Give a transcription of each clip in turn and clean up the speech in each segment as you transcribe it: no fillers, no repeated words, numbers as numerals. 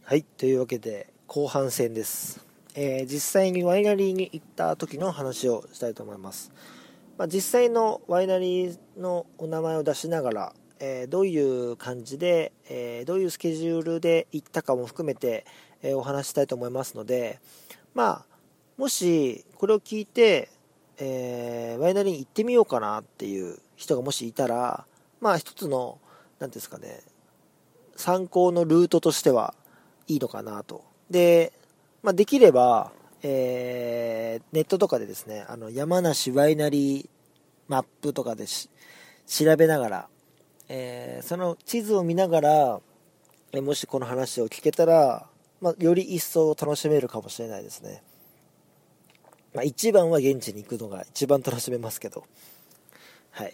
はい、というわけで後半戦です。実際にワイナリーに行った時の話をしたいと思います。実際のワイナリーのお名前を出しながら、どういう感じで、どういうスケジュールで行ったかも含めて、お話ししたいと思いますので、もしこれを聞いて、ワイナリーに行ってみようかなっていう人がもしいたら、一つの何ですかね、参考のルートとしてはいいのかなと。で、できれば、ネットとかでですね、山梨ワイナリーマップとかで調べながら、その地図を見ながら、もしこの話を聞けたら、より一層楽しめるかもしれないですね。一番は現地に行くのが一番楽しめますけど。はい。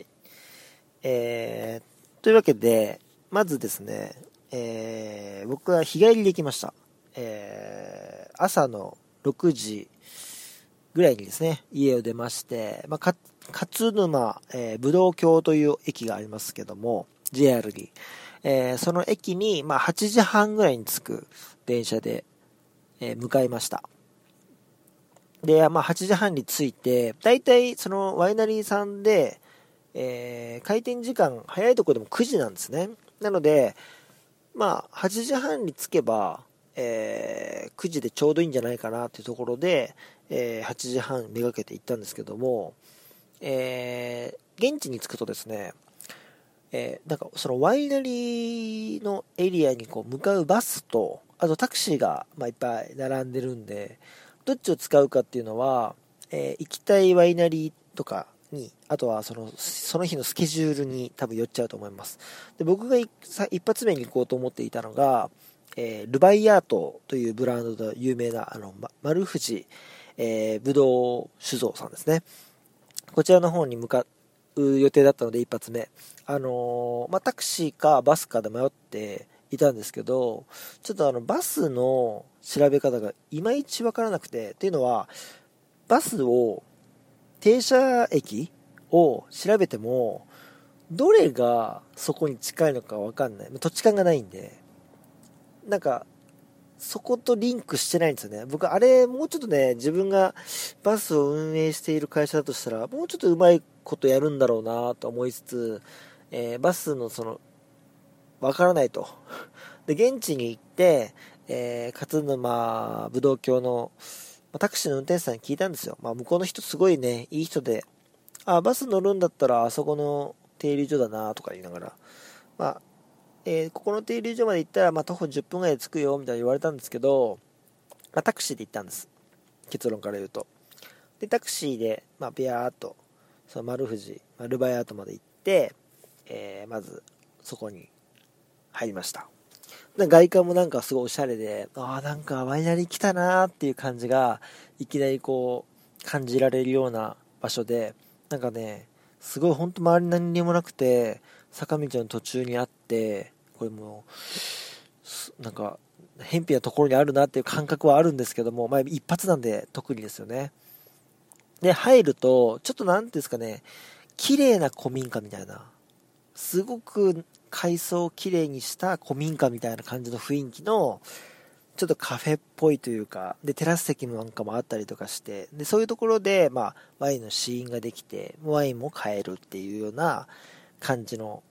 というわけで、まずですね、僕は日帰りで行きました。朝の6時ぐらいにですね、家を出まして、勝沼、武道橋という駅がありますけども、JR に。その駅に、8時半ぐらいに着く電車で、向かいました。で、8時半に着いて、だいたいそのワイナリーさんで、開店時間早いところでも9時なんですね。なので、8時半に着けば、9時でちょうどいいんじゃないかなっていうところで、8時半めがけて行ったんですけども、現地に着くとですね、そのワイナリーのエリアに向かうバスと、あとタクシーが、いっぱい並んでるんで、どっちを使うかっていうのは、行きたいワイナリーとかに、あとはその日のスケジュールに多分寄っちゃうと思います。で、僕が一発目に行こうと思っていたのが、ルバイヤートというブランドで有名な、丸藤、ぶどう酒造さんですね。こちらの方に向かう予定だったので、一発目。タクシーかバスかで迷っていたんですけど、ちょっとバスの調べ方がいまいちわからなくて、っていうのは、バスを、停車駅を調べても、どれがそこに近いのかわかんない。土地勘がないんで、そことリンクしてないんですよね。僕、あれ、もうちょっとね、自分がバスを運営している会社だとしたら、もうちょっとうまいことやるんだろうなと思いつつ、バスのわからないと。で、現地に行って、勝沼武道橋の、タクシーの運転手さんに聞いたんですよ。向こうの人すごいね、いい人で、バス乗るんだったらあそこの停留所だなとか言いながら、ここの停留所まで行ったら、徒歩10分ぐらいで着くよみたいに言われたんですけど、タクシーで行ったんです。結論から言うと。で、タクシーで、ビヤーっと、その丸藤、ルバイアートまで行って、まず、そこに入りました。外観もすごいおしゃれで、ワイナリー来たなーっていう感じが、いきなり感じられるような場所で、すごい本当周り何にもなくて、坂道の途中にあって、これもう、偏僻なところにあるなっていう感覚はあるんですけども、一発なんで特にですよね。で、入ると、ちょっとなんていうんですかね、綺麗な古民家みたいな、すごく改装を綺麗にした古民家みたいな感じの雰囲気の、ちょっとカフェっぽいというか、で、テラス席もあったりとかして、で、そういうところで、ワインの試飲ができて、ワインも買えるっていうような感じの、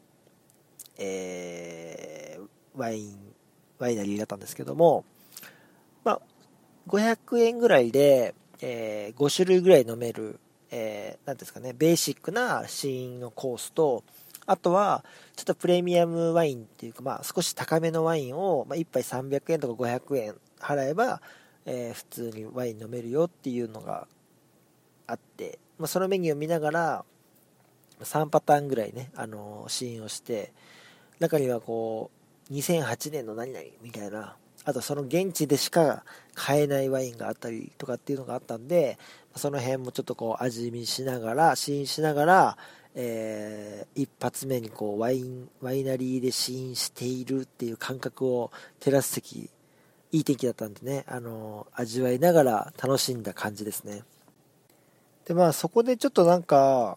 ワイナリーだったんですけども、500円ぐらいで、5種類ぐらい飲める、なんですかね、ベーシックな試飲のコースと、あとは、ちょっとプレミアムワインっていうか、少し高めのワインを、1杯300円とか500円払えば、普通にワイン飲めるよっていうのがあって、そのメニューを見ながら、3パターンぐらいね、試飲をして、中には2008年の何々みたいな、あとその現地でしか買えないワインがあったりとかっていうのがあったんで、その辺もちょっと味見しながら、試飲しながら、一発目にワイナリーで試飲しているっていう感覚をテラス席、いい天気だったんでね、味わいながら楽しんだ感じですね。で、そこでちょっと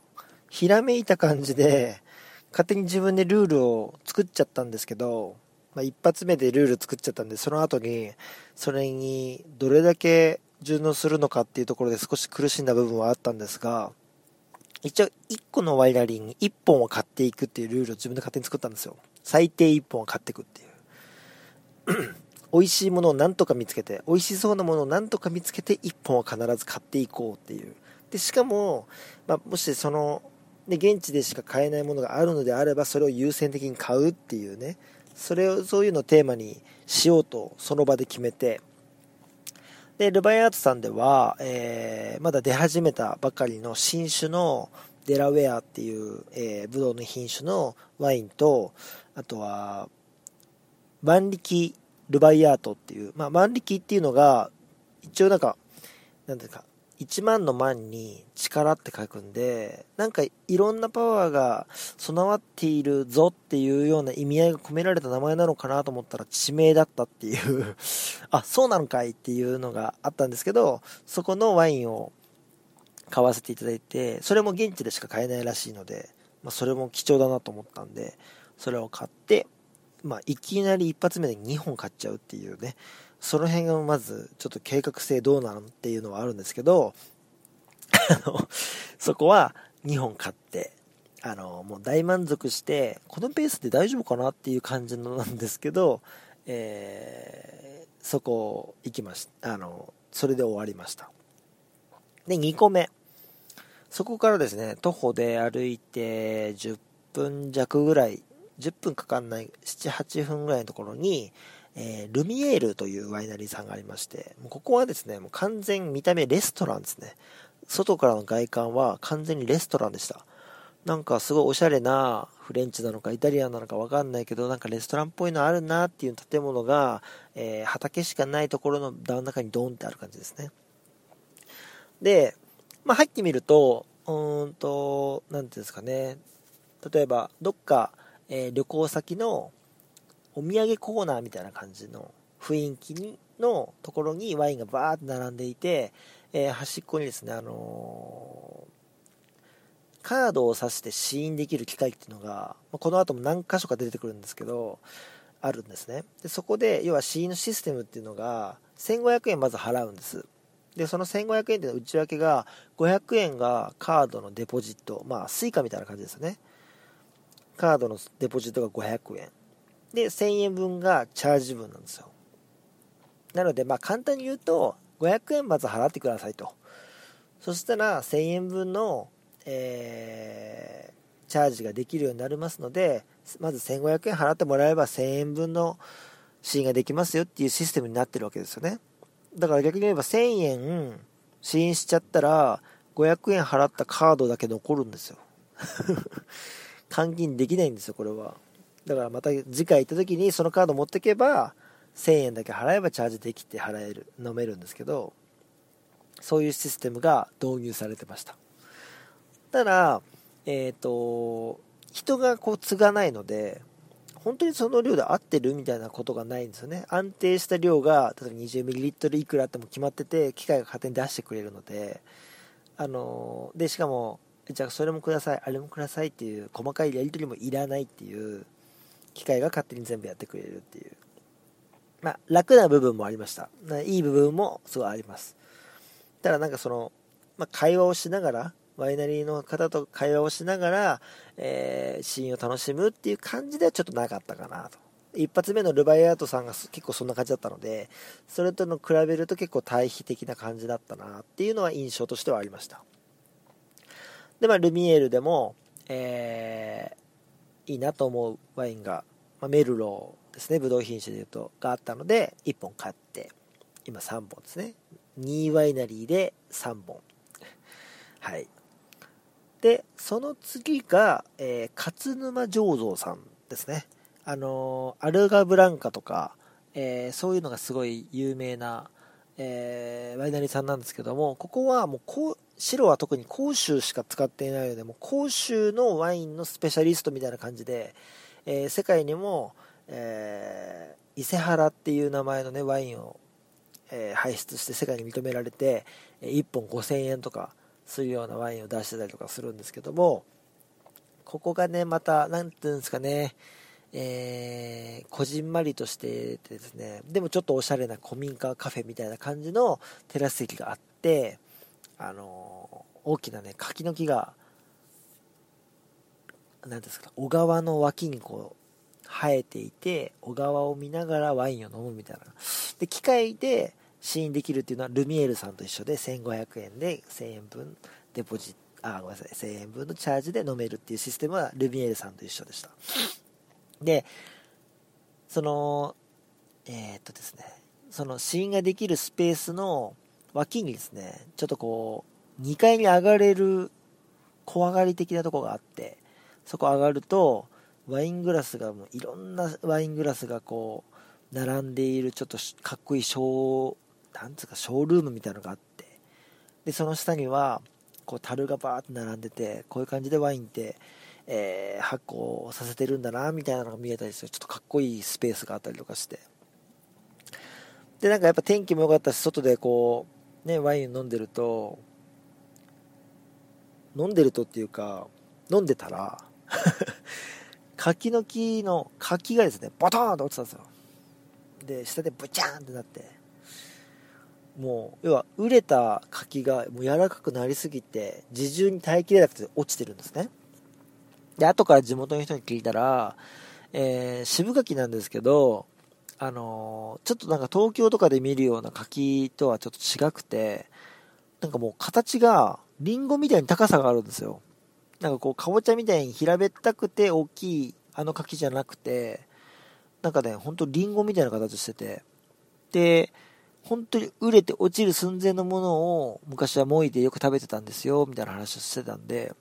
ひらめいた感じで、勝手に自分でルールを作っちゃったんですけど、 一発目でルール作っちゃったんで、その後にそれにどれだけ順応するのかっていうところで少し苦しんだ部分はあったんですが、一応1個のワイナリーに1本を買っていくっていうルールを自分で勝手に作ったんですよ。最低1本を買っていくっていう。美味しいものをなんとか見つけて、美味しそうなものをなんとか見つけて1本は必ず買っていこうっていう。で、しかも、もしその、で、現地でしか買えないものがあるのであれば、それを優先的に買うっていうね、そういうのをテーマにしようと、その場で決めて、で、ルバイアートさんでは、まだ出始めたばかりの新種のデラウェアっていう、ブドウの品種のワインと、あとは、万力ルバイアートっていう、万力っていうのが、一応なんていうか、1万の万に力って書くんで、なんかいろんなパワーが備わっているぞっていうような意味合いが込められた名前なのかなと思ったら地名だったっていうあ、そうなのかいっていうのがあったんですけど、そこのワインを買わせていただいて、それも現地でしか買えないらしいので、それも貴重だなと思ったんで、それを買って、いきなり一発目で2本買っちゃうっていうね、その辺がまずちょっと計画性どうなのっていうのはあるんですけどそこは2本買ってもう大満足して、このペースで大丈夫かなっていう感じのなんですけど、そこ行きました。それで終わりました。で、2個目、そこからですね、徒歩で歩いて10分弱ぐらい、10分かかんない7、8分ぐらいのところに、ルミエールというワイナリーさんがありまして、もうここはですね、もう完全見た目レストランですね。外からの外観は完全にレストランでした。なんかすごいおしゃれなフレンチなのかイタリアンなのかわかんないけど、なんかレストランっぽいのあるなっていう建物が、畑しかないところの真ん中にドーンってある感じですね。で、入ってみると、なんていうんですかね、例えばどっか、旅行先のお土産コーナーみたいな感じの雰囲気のところにワインがバーって並んでいて、端っこにですね、カードを挿して試飲できる機械っていうのが、この後も何箇所か出てくるんですけど、あるんですね。で、そこで、要は試飲のシステムっていうのが、1500円まず払うんです。で、その1500円っていうのは内訳が、500円がカードのデポジット、スイカみたいな感じですね。カードのデポジットが500円。で、1000円分がチャージ分なんですよ。なので、簡単に言うと、500円まず払ってくださいと。そしたら、1000円分の、チャージができるようになりますので、まず1500円払ってもらえば1000円分の試飲ができますよっていうシステムになってるわけですよね。だから逆に言えば1000円試飲しちゃったら、500円払ったカードだけ残るんですよ。換金できないんですよ、これは。だからまた次回行った時にそのカード持ってけば、1000円だけ払えばチャージできて飲めるんですけど、そういうシステムが導入されてました。ただ、人が継がないので、本当にその量で合ってるみたいなことがないんですよね。安定した量が、例えば 20ml いくらっても決まってて、機械が勝手に出してくれるので、で、しかも、じゃあそれもください、あれもくださいっていう細かいやり取りもいらないっていう、機械が勝手に全部やってくれるっていう。楽な部分もありました。いい部分もすごいあります。ただ会話をしながら、ワイナリーの方と会話をしながら、シーンを楽しむっていう感じではちょっとなかったかなと。一発目のルバイアートさんが結構そんな感じだったので、それとの比べると結構対比的な感じだったなっていうのは印象としてはありました。で、ルミエールでも、いいなと思うワインが、メルローですね、ブドウ品種でいうと、があったので、1本買って、今3本ですね。2ワイナリーで3本。はい。で、その次が、勝沼醸造さんですね。アルガブランカとか、そういうのがすごい有名な、ワイナリーさんなんですけども、ここはもう白は特に甲州しか使っていないので、もう甲州のワインのスペシャリストみたいな感じで、世界にも、伊勢原っていう名前のね、ワインを、輩出して世界に認められて、1本5000円とかするようなワインを出してたりとかするんですけども、ここがね、また、なんていうんですかね、 こじんまりとしててですね、でもちょっとおしゃれな古民家カフェみたいな感じのテラス席があって、大きなね、柿の木が、なんですか、小川の脇にこう、生えていて、小川を見ながらワインを飲むみたいな。で、機械で試飲できるっていうのは、ルミエールさんと一緒で、1500円で1000円分デポジット、ごめんなさい、1000円分のチャージで飲めるっていうシステムは、ルミエールさんと一緒でした。で、その、ですね、その試飲ができるスペースの脇にですね、ちょっとこう、2階に上がれる小上がり的なところがあって、そこ上がると、ワイングラスがもういろんなワイングラスがこう、並んでいるちょっとかっこいいなんつうかショールームみたいなのがあって、で、その下には、こう樽がバーって並んでて、こういう感じでワインって、発酵させてるんだなみたいなのが見えたりする、ちょっとかっこいいスペースがあったりとかして、でなんかやっぱ天気も良かったし、外でこうねワイン飲んでるとっていうか、飲んでたら柿の木の柿がですねボトーンと落ちたんですよ。で下でブチャーンってなって、もう要は熟れた柿がもう柔らかくなりすぎて自重に耐えきれなくて落ちてるんですね。で後から地元の人に聞いたら、渋柿なんですけど、ちょっとなんか東京とかで見るような柿とはちょっと違くて、なんかもう形がリンゴみたいに高さがあるんですよ。なんかこうかぼちゃみたいに平べったくて大きいあの柿じゃなくて、なんかねほんとリンゴみたいな形してて、で本当に熟れて落ちる寸前のものを昔はもいでよく食べてたんですよみたいな話をしてたんで、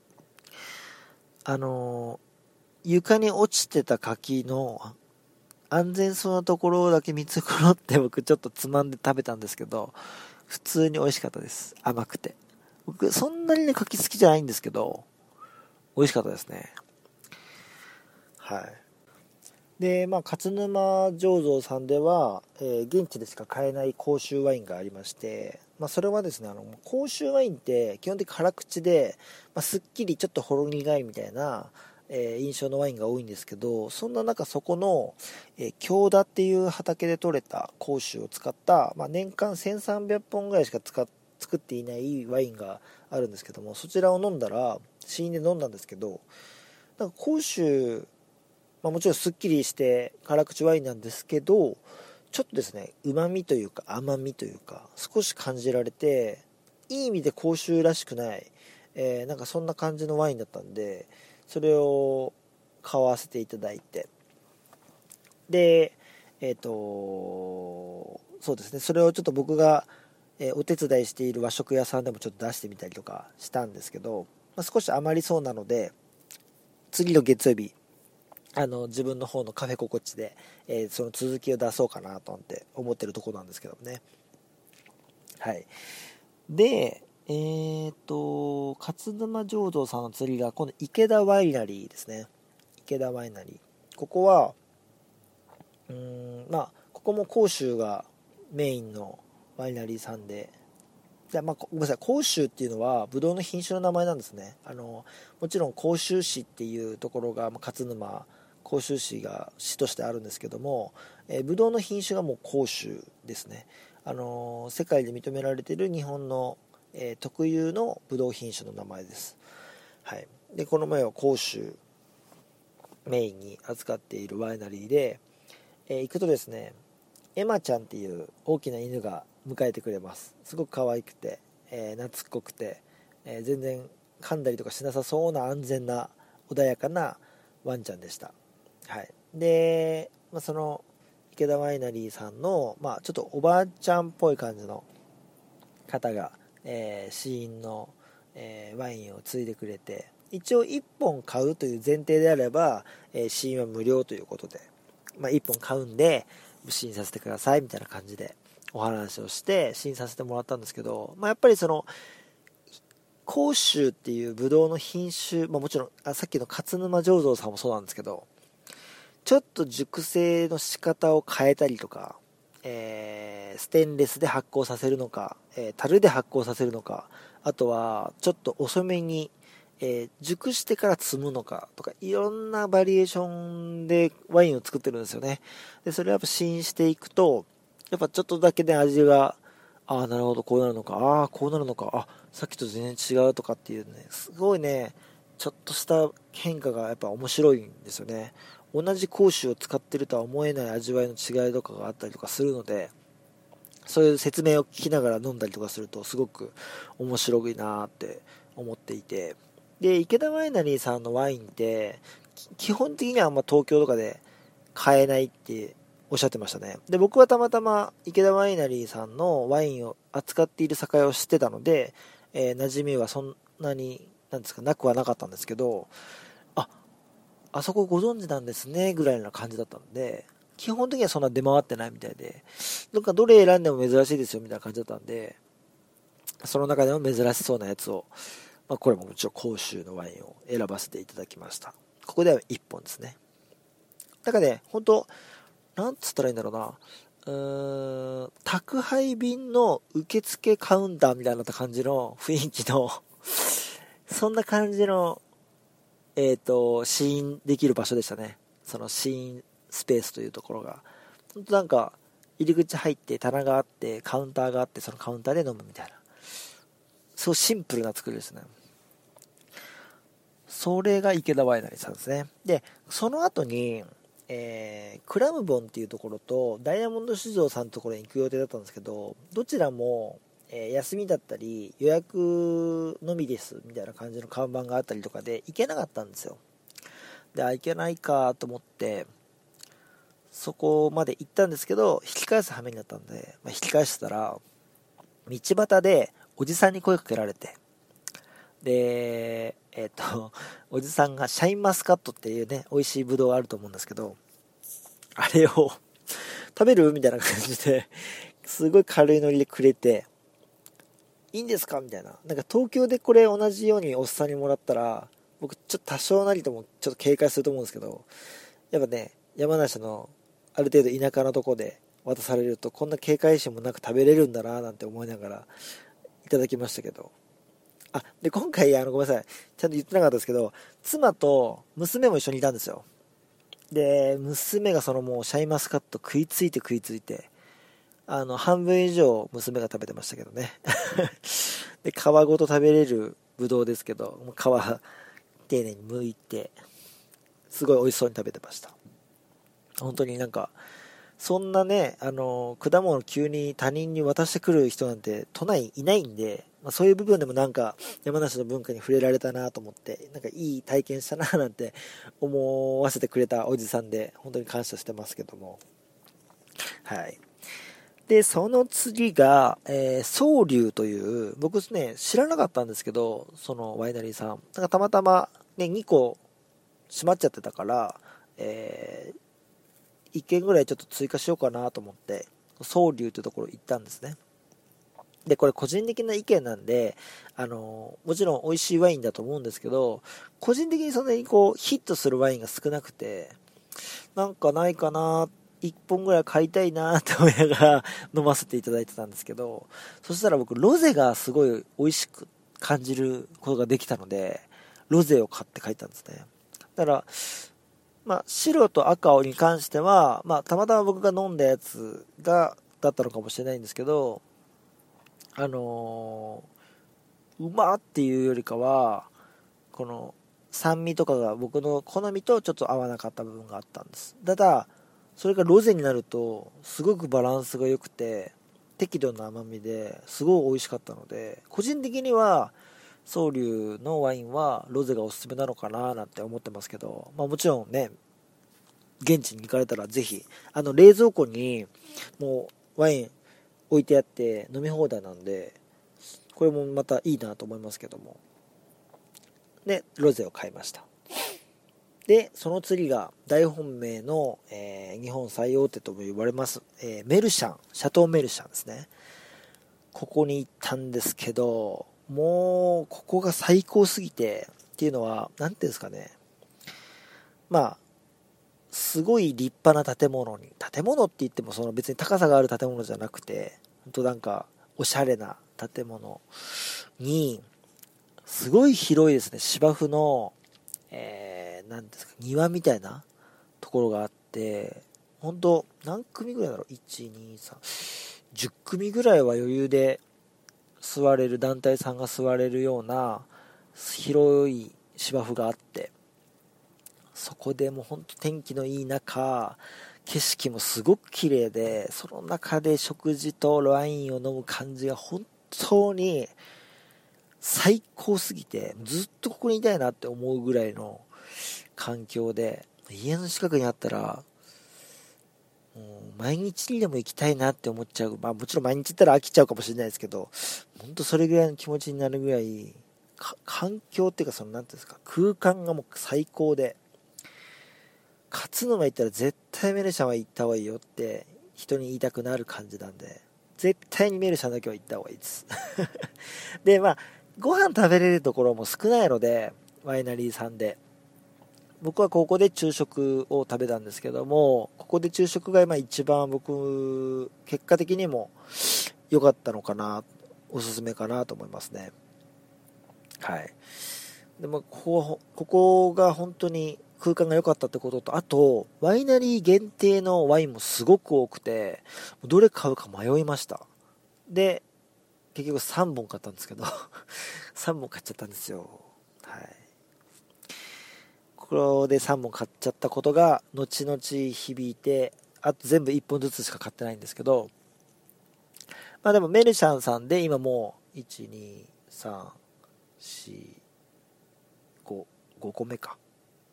床に落ちてた柿の安全そうなところだけ見繕って僕ちょっとつまんで食べたんですけど、普通に美味しかったです。甘くて。僕そんなにね柿好きじゃないんですけど、美味しかったですね。はい。で、まあ、勝沼醸造さんでは、現地でしか買えない甲州ワインがありまして、まあ、それはですね、甲州ワインって基本的に辛口で、まあ、すっきりちょっとほろ苦いみたいな、印象のワインが多いんですけど、そんな中そこの、京田っていう畑で採れた甲州を使った、まあ、年間1300本ぐらいしか作っていないワインがあるんですけども、そちらを飲んだら、試飲で飲んだんですけど、なんか甲州、まあ、もちろんすっきりして辛口ワインなんですけど、ちょっとですね旨味というか甘みというか少し感じられて、いい意味で甲州らしくない、なんかそんな感じのワインだったんで、それを買わせていただいて、でそうですね、それをちょっと僕が、お手伝いしている和食屋さんでもちょっと出してみたりとかしたんですけど、まあ、少し余りそうなので次の月曜日自分の方のカフェ心地で、その続きを出そうかなと思ってるところなんですけどね。はい。で、勝沼醸造さんの次が今度池田ワイナリーですね。池田ワイナリー。ここは、まあ、ここも甲州がメインのワイナリーさんで、まあ、ごめんなさい、甲州っていうのはブドウの品種の名前なんですね。もちろん甲州市っていうところが勝沼甲州市が市としてあるんですけども、ブドウの品種がもう甲州ですね。世界で認められている日本の、特有のブドウ品種の名前です。はい。でこの前は甲州メインに扱っているワイナリーで、行くとですね、エマちゃんっていう大きな犬が迎えてくれます。すごく可愛くて、懐っこくて、全然噛んだりとかしなさそうな安全な穏やかなワンちゃんでした。はい。で、まあ、その池田ワイナリーさんの、まあ、ちょっとおばあちゃんっぽい感じの方が、試飲の、ワインをついでくれて、一応1本買うという前提であれば、試飲は無料ということで、まあ、1本買うんで試飲させてくださいみたいな感じでお話をして試飲させてもらったんですけど、まあ、やっぱりその甲州っていうブドウの品種、まあ、もちろんさっきの勝沼醸造さんもそうなんですけど、ちょっと熟成の仕方を変えたりとか、ステンレスで発酵させるのか、樽で発酵させるのか、あとはちょっと遅めに、 熟してから摘むのかとか、いろんなバリエーションでワインを作ってるんですよね。で、それをやっぱ試飲していくと、やっぱちょっとだけで味が、ああ、なるほど、こうなるのか、ああ、こうなるのか、あ、さっきと全然違うとかっていうね、すごいね、ちょっとした変化がやっぱ面白いんですよね。同じ香酒を使ってるとは思えない味わいの違いとかがあったりとかするので、そういう説明を聞きながら飲んだりとかするとすごく面白いなーって思っていて、で池田ワイナリーさんのワインって基本的にはあんま東京とかで買えないっておっしゃってましたね。で僕はたまたま池田ワイナリーさんのワインを扱っている酒屋を知ってたので、馴染みはそんなになんですかなくはなかったんですけど、あそこご存知なんですねぐらいな感じだったので、基本的にはそんな出回ってないみたいで、なんかどれ選んでも珍しいですよみたいな感じだったんで、その中でも珍しそうなやつを、これももちろん甲州のワインを選ばせていただきました。ここでは1本ですね。だからね、本当なんつったらいいんだろうな、宅配便の受付カウンターみたいな感じの雰囲気のそんな感じの試飲できる場所でしたね。その試飲スペースというところが。本当なんか、入り口入って棚があって、カウンターがあって、そのカウンターで飲むみたいな。そうシンプルな作りですね。それが池田ワイナリーさんですね。で、その後に、クラムボンっていうところと、ダイヤモンド酒造さんのところに行く予定だったんですけど、どちらも、休みだったり予約のみですみたいな感じの看板があったりとかで行けなかったんですよ。で、行けないかと思ってそこまで行ったんですけど、引き返す羽目になったんで、引き返したら道端でおじさんに声かけられて、でおじさんがシャインマスカットっていうね美味しいブドウがあると思うんですけど、あれを食べるみたいな感じですごい軽いノリでくれて、いいんですかみたいな。なんか東京でこれ同じようにおっさんにもらったら、僕ちょっと多少なりともちょっと警戒すると思うんですけど、やっぱね、山梨のある程度田舎のとこで渡されると、こんな警戒心もなく食べれるんだななんて思いながらいただきましたけど。で、今回ごめんなさい。ちゃんと言ってなかったですけど、妻と娘も一緒にいたんですよ。で、娘がそのもうシャインマスカット食いついて、半分以上娘が食べてましたけどね。で、皮ごと食べれるブドウですけど、もう皮丁寧に剥いて、すごい美味しそうに食べてました。本当になんか、そんなね、果物急に他人に渡してくる人なんて都内いないんで、そういう部分でもなんか山梨の文化に触れられたなと思って、なんかいい体験したななんて思わせてくれたおじさんで、本当に感謝してますけども。はい。で、その次が、宗龍という、僕ね、知らなかったんですけど、そのワイナリーさん。なんかたまたまね、2個閉まっちゃってたから、1軒ぐらいちょっと追加しようかなと思って、宗龍というところ行ったんですね。で、これ個人的な意見なんで、もちろん美味しいワインだと思うんですけど、個人的にそんなにこう、ヒットするワインが少なくて、なんかないかな、1本ぐらい買いたいなって思いながら飲ませていただいてたんですけど、そしたら僕、ロゼがすごい美味しく感じることができたので、ロゼを買って帰ったんですね。だから、白と赤に関しては、たまたま僕が飲んだやつだったのかもしれないんですけど、うまっていうよりかは、この酸味とかが僕の好みとちょっと合わなかった部分があったんです。ただ、それがロゼになると、すごくバランスが良くて、適度な甘みですごい美味しかったので、個人的には、宗龍のワインはロゼがおすすめなのかななんて思ってますけど、もちろんね、現地に行かれたらぜひ、冷蔵庫にもうワイン置いてあって飲み放題なんで、これもまたいいなと思いますけども。で、ロゼを買いました。で、その次が大本命の、日本最大手とも言われます、メルシャン、シャトーメルシャンですね。ここに行ったんですけど、もう、ここが最高すぎて、っていうのは、なんていうんですかね。すごい立派な建物って言ってもその別に高さがある建物じゃなくて、本当なんか、おしゃれな建物に、 すごい広いですね。芝生の、なんですか、庭みたいなところがあって、本当何組ぐらいだろう ?1、2、3、10組ぐらいは余裕で座れる、団体さんが座れるような広い芝生があって、そこでもう本当天気のいい中、景色もすごく綺麗で、その中で食事とワインを飲む感じが本当に最高すぎて、ずっとここにいたいなって思うぐらいの環境で、家の近くにあったら、もう毎日にでも行きたいなって思っちゃう。まあもちろん毎日行ったら飽きちゃうかもしれないですけど、本当それぐらいの気持ちになるぐらい、環境っていうかそのなんていうんですか、空間がもう最高で、勝沼行ったら絶対メルシャンは行った方がいいよって人に言いたくなる感じなんで、絶対にメルシャンだけは行った方がいいです。で、まあ、ご飯食べれるところも少ないので、ワイナリーさんで。僕はここで昼食を食べたんですけども、ここで昼食が今一番僕、結果的にも良かったのかな、おすすめかなと思いますね。はい。でも、ここが本当に空間が良かったってことと、あと、ワイナリー限定のワインもすごく多くて、どれ買うか迷いました。で、結局3本買ったんですけど、3本買っちゃったんですよ。はい。ここで3本買っちゃったことが、後々響いて、あと全部1本ずつしか買ってないんですけど、まあでもメルシャンさんで今もう、1、2、3、4、5個目か。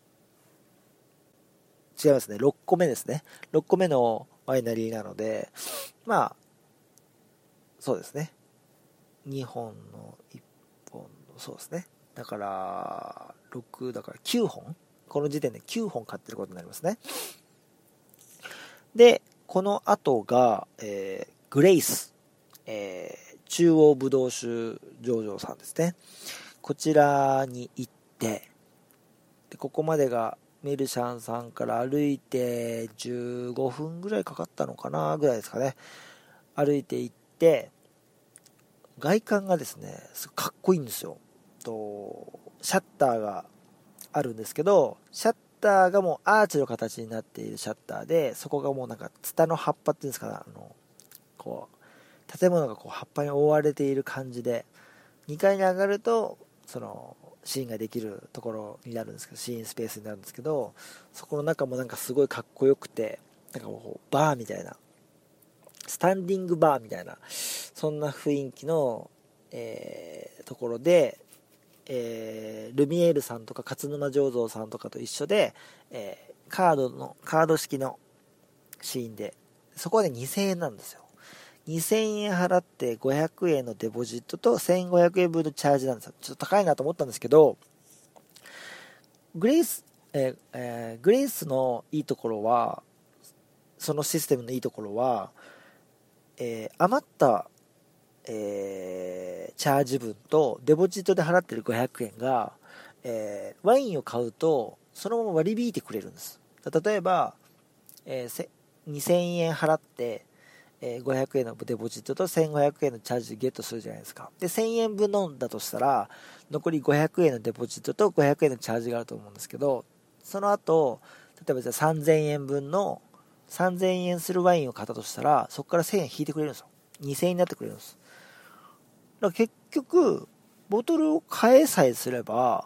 違いますね。6個目ですね。6個目のワイナリーなので、まあ、そうですね。2本の1本の、そうですね。だから、だから9本この時点で9本買ってることになりますね。で、この後が、グレイス、中央ブドウ酒醸造さんですね。こちらに行って、でここまでがメルシャンさんから歩いて15分ぐらいかかったのかなぐらいですかね。歩いて行って、外観がですね、すごいかっこいいんですよ。シャッターがあるんですけど、シャッターがもうアーチの形になっているシャッターで、そこがもうなんかツタの葉っぱっていうんですかね、こう、建物がこう葉っぱに覆われている感じで、2階に上がると、その、シーンができるところになるんですけど、シーンスペースになるんですけど、そこの中もなんかすごいかっこよくて、なんかこう、バーみたいな、スタンディングバーみたいな、そんな雰囲気の、ところで、ルミエールさんとか勝沼醸造さんとかと一緒で、カード式のシーンで、そこはね、2000円なんですよ。2000円払って500円のデポジットと1500円分のチャージなんですよ。ちょっと高いなと思ったんですけど、グレイスのいいところは、そのシステムのいいところは、余った、チャージ分とデポジットで払ってる500円が、ワインを買うとそのまま割り引いてくれるんです。例えば、2000円払って、500円のデポジットと1500円のチャージゲットするじゃないですか。で、1000円分飲んだとしたら、残り500円のデポジットと500円のチャージがあると思うんですけど、その後、例えばじゃあ3000円分の3000円するワインを買ったとしたら、そこから1000円引いてくれるんですよ。2000円になってくれるんです。だから結局、ボトルを買えさえすれば、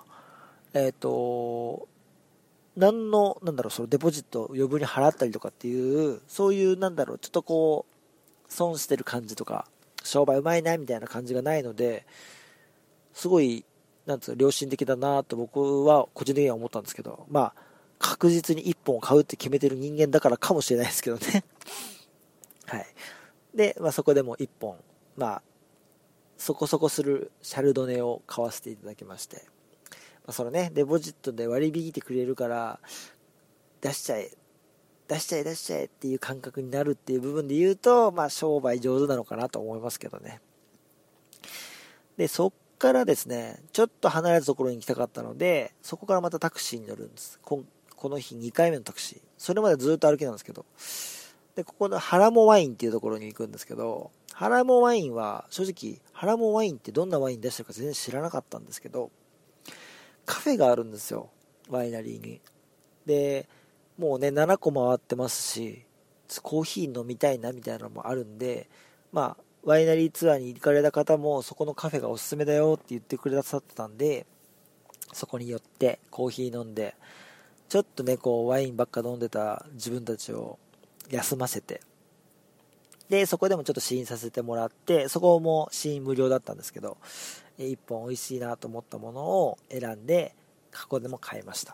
そのデポジットを余分に払ったりとかっていう、そういう、ちょっとこう、損してる感じとか、商売うまいなみたいな感じがないので、すごい、良心的だなと僕は個人的には思ったんですけど、まあ、確実に1本買うって決めてる人間だからかもしれないですけどね。はい。で、まあそこでも1本、まあ、そこそこするシャルドネを買わせていただきまして、まあ、そのね、デポジットで割り引いてくれるから、出しちゃえっていう感覚になるっていう部分で言うと、まあ商売上手なのかなと思いますけどね。で、そっからですね、ちょっと離れたところに行きたかったので、そこからまたタクシーに乗るんです。この日2回目のタクシー。それまでずっと歩きなんですけど。で、ここのハラモワインっていうところに行くんですけど、 ハラモワインは正直ハラモワインってどんなワイン出してるか全然知らなかったんですけど、カフェがあるんですよ、ワイナリーに。でもうね7個回ってますし、コーヒー飲みたいなみたいなのもあるんで、まあワイナリーツアーに行かれた方もそこのカフェがおすすめだよって言ってくださってたんで、そこに寄ってコーヒー飲んで、ちょっとねこうワインばっか飲んでた自分たちを休ませて、でそこでもちょっと試飲させてもらって、そこも試飲無料だったんですけど、1本美味しいなと思ったものを選んでここでも買いました。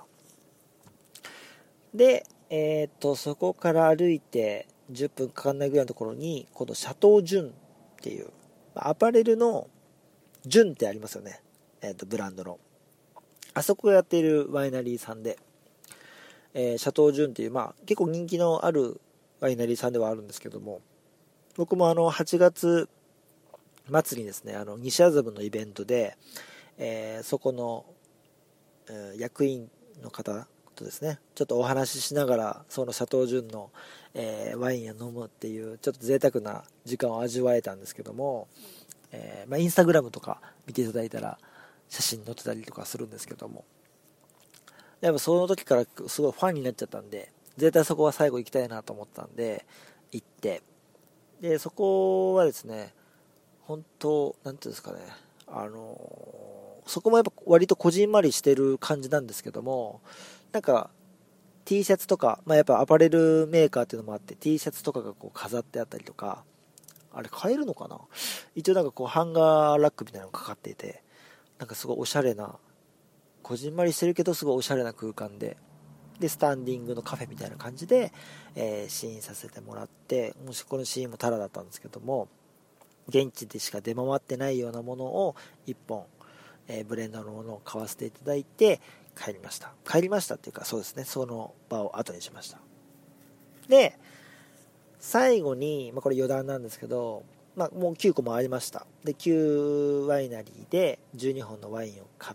でそこから歩いて10分かかんないぐらいのところに、このシャトージュンっていうアパレルのジュンってありますよね、ブランドの、あそこがやっているワイナリーさんで、シャトージュンっていう、結構人気のあるワイナリーさんではあるんですけども、僕も8月末にですね、西麻布のイベントで、そこの、役員の方とですね、ちょっとお話ししながらそのシャトージュンの、ワインを飲むっていうちょっと贅沢な時間を味わえたんですけども、インスタグラムとか見ていただいたら写真載ってたりとかするんですけども、やっぱその時からすごいファンになっちゃったんで、絶対そこは最後行きたいなと思ったんで行って、でそこはですね、本当なんていうんですかね、そこもやっぱ割とこじんまりしてる感じなんですけども、なんか T シャツとか、やっぱアパレルメーカーっていうのもあって T シャツとかがこう飾ってあったりとか、あれ買えるのかな、一応なんかこうハンガーラックみたいなのがかかっていて、なんかすごいおしゃれな、こじんまりしてるけどすごいおしゃれな空間で、スタンディングのカフェみたいな感じで、試飲させてもらって、もしこの試飲もタダだったんですけども、現地でしか出回ってないようなものを1本、ブレンドのものを買わせていただいて帰りましたっていうか、そうですね、その場を後にしました。で最後に、これ余談なんですけど、もう9個回りました。で9ワイナリーで12本のワインを買って、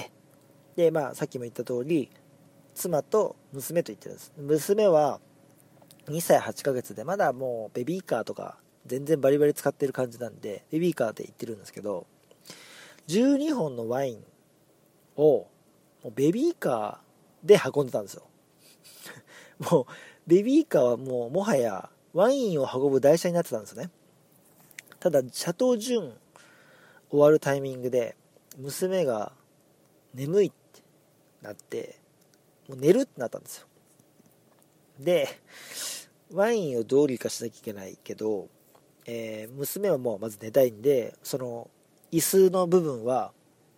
でさっきも言った通り妻と娘と行ってるんです。娘は2歳8ヶ月で、まだもうベビーカーとか全然バリバリ使ってる感じなんで、ベビーカーで行ってるんですけど、12本のワインをもうベビーカーで運んでたんですよ。もうベビーカーはもはやワインを運ぶ台車になってたんですよね。ただシャトージュン終わるタイミングで娘が眠いってなって、もう寝るってなったんですよ。でワインをどうにかしなきゃいけないけど、娘はもうまず寝たいんで、その椅子の部分は、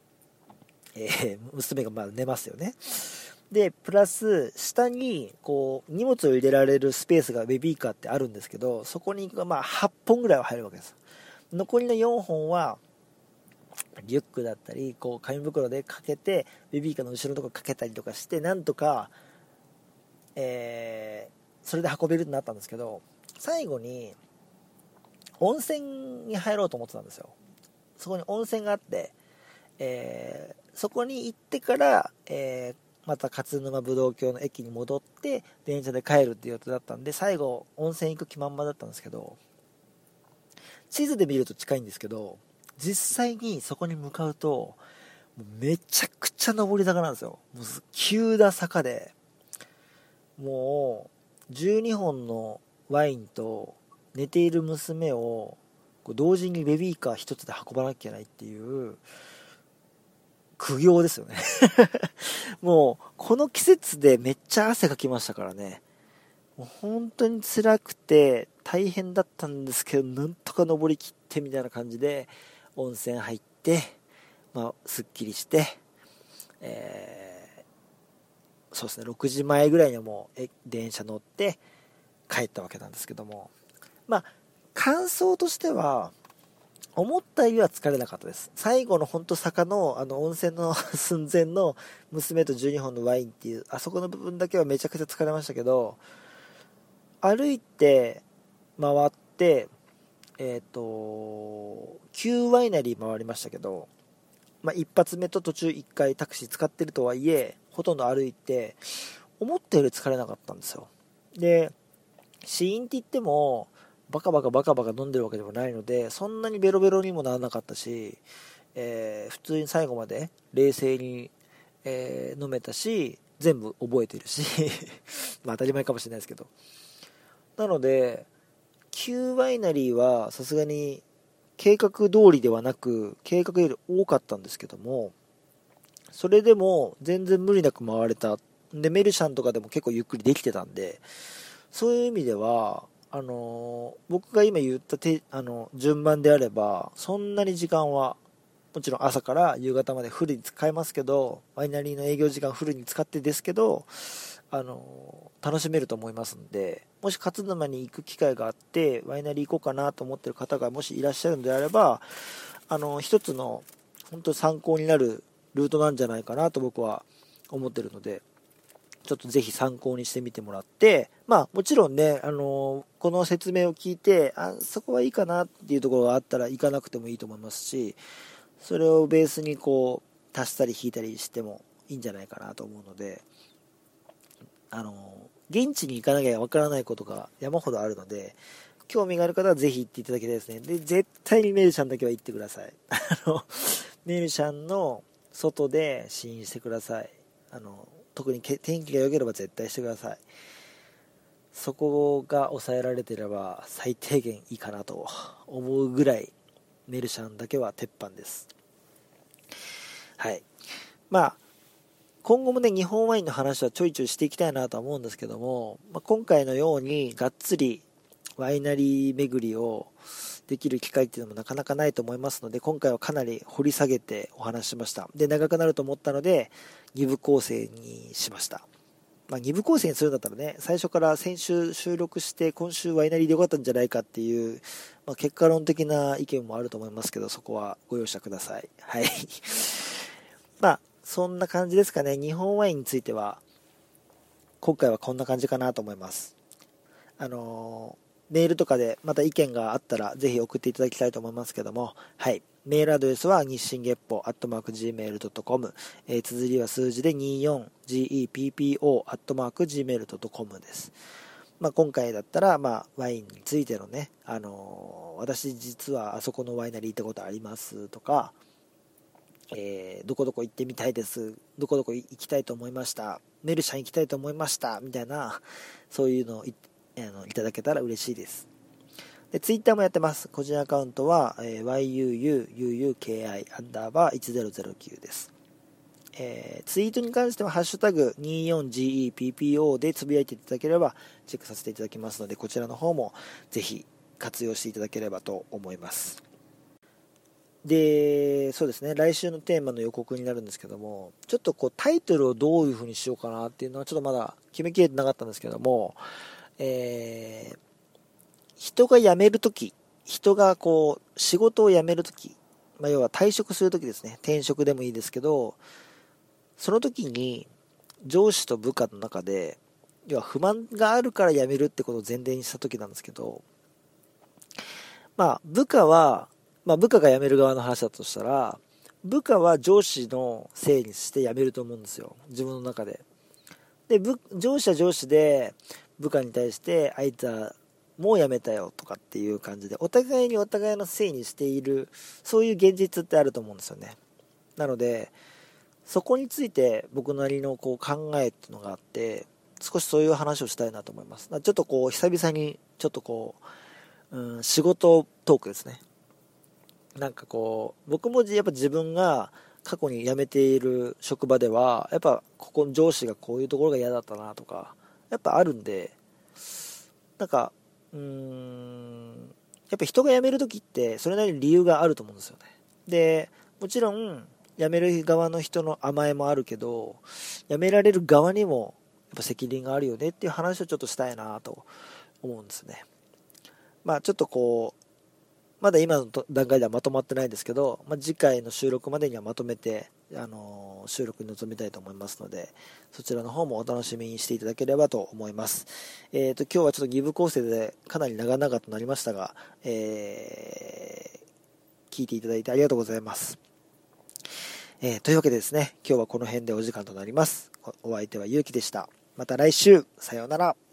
娘が寝ますよね。でプラス下にこう荷物を入れられるスペースがベビーカーってあるんですけど、そこに8本ぐらいは入るわけです。残りの4本はリュックだったりこう紙袋でかけて、ベビーカーの後ろのところかけたりとかして、なんとか、それで運べるようになったんですけど、最後に温泉に入ろうと思ってたんですよ。そこに温泉があって、そこに行ってから、また勝沼ぶどう郷の駅に戻って電車で帰るっていう予定だったんで、最後温泉行く気満々だったんですけど、地図で見ると近いんですけど、実際にそこに向かうともうめちゃくちゃ上り坂なんですよ。もう急な坂で、もう12本のワインと寝ている娘を同時にベビーカー一つで運ばなきゃいけないっていう苦行ですよね。もうこの季節でめっちゃ汗かきましたからね。もう本当に辛くて大変だったんですけど、なんとか登りきってみたいな感じで温泉入って、すっきりして、そうですね、6時前ぐらいにはもう電車乗って帰ったわけなんですけども、感想としては思ったよりは疲れなかったです。最後の本当坂の温泉の寸前の娘と12本のワインっていうあそこの部分だけはめちゃくちゃ疲れましたけど、歩いて回って9ワイナリー回りましたけど、一発目と途中1回タクシー使ってるとはいえ、ほとんど歩いて思ったより疲れなかったんですよ。で試飲って言ってもバカバカ飲んでるわけでもないので、そんなにベロベロにもならなかったし、普通に最後まで冷静に、飲めたし、全部覚えてるしまあ当たり前かもしれないですけど、なので旧ワイナリーはさすがに計画通りではなく、計画より多かったんですけども、それでも全然無理なく回れた。で、メルシャンとかでも結構ゆっくりできてたんで、そういう意味では、僕が今言った順番であれば、そんなに時間は、もちろん朝から夕方までフルに使えますけど、ワイナリーの営業時間フルに使ってですけど、楽しめると思いますんで、もし勝沼に行く機会があって、ワイナリー行こうかなと思ってる方がもしいらっしゃるのであれば、一つの本当参考になるルートなんじゃないかなと僕は思ってるので、ちょっとぜひ参考にしてみてもらって、まあもちろんね、この説明を聞いて、そこはいいかなっていうところがあったら行かなくてもいいと思いますし、それをベースにこう足したり引いたりしてもいいんじゃないかなと思うので、現地に行かなきゃわからないことが山ほどあるので、興味がある方はぜひ行っていただきたいですね。で、絶対にメルシャンだけは行ってください。メルシャンの外で試飲してください。特に天気が良ければ絶対してください。そこが抑えられていれば最低限いいかなと思うぐらい、メルシャンだけは鉄板です。はい。まあ今後もね、日本ワインの話はちょいちょいしていきたいなとは思うんですけども、今回のようにがっつりワイナリー巡りをできる機会っていうのもなかなかないと思いますので、今回はかなり掘り下げてお話ししました。で、長くなると思ったので2部構成にしました。2部構成にするんだったらね、最初から先週収録して今週ワイナリーでよかったんじゃないかっていう、結果論的な意見もあると思いますけど、そこはご容赦ください。はい。そんな感じですかね。日本ワインについては今回はこんな感じかなと思います。メールとかでまた意見があったらぜひ送っていただきたいと思いますけども、はい。メールアドレスは日進月歩@gmail.com、綴りは数字で 24GEPPO@gmail.com です。今回だったら、ワインについてのね、私実はあそこのワイナリー行ったことありますとか、どこどこ行ってみたいです、どこどこ行きたいと思いました、メルシャン行きたいと思いましたみたいな、そういうのをいただけたら嬉しいです。で、ツイッターもやってます。個人アカウントは、yuuuki_1009 です。ツイートに関してはハッシュタグ 24GEPPO でつぶやいていただければチェックさせていただきますので、こちらの方もぜひ活用していただければと思います。で、そうですね、来週のテーマの予告になるんですけども、ちょっとタイトルをどういう風にしようかなっていうのはちょっとまだ決めきれてなかったんですけども、人が辞めるとき、人が仕事を辞めるとき、要は退職するときですね、転職でもいいですけど、その時に上司と部下の中で、要は不満があるから辞めるってことを前提にしたときなんですけど、部下が辞める側の話だとしたら、部下は上司のせいにして辞めると思うんですよ、自分の中で。で、上司は上司で部下に対して、あいつはもう辞めたよとかっていう感じで、お互いにお互いのせいにしている、そういう現実ってあると思うんですよね。なので、そこについて僕なりの考えっていうのがあって、少しそういう話をしたいなと思います。ちょっと久々にちょっと仕事トークですね。僕もやっぱ自分が過去に辞めている職場では、やっぱここの上司がこういうところが嫌だったなとか、やっぱあるんで、やっぱ人が辞めるときってそれなりに理由があると思うんですよね。で、もちろん辞める側の人の甘えもあるけど、辞められる側にもやっぱ責任があるよねっていう話をちょっとしたいなと思うんですね。ちょっとまだ今の段階ではまとまってないんですけど、次回の収録までにはまとめて、収録に臨みたいと思いますので、そちらの方もお楽しみにしていただければと思います。今日はちょっと2部構成でかなり長々となりましたが、聞いていただいてありがとうございます。というわけでですね、今日はこの辺でお時間となります。お相手はゆうきでした。また来週、さようなら。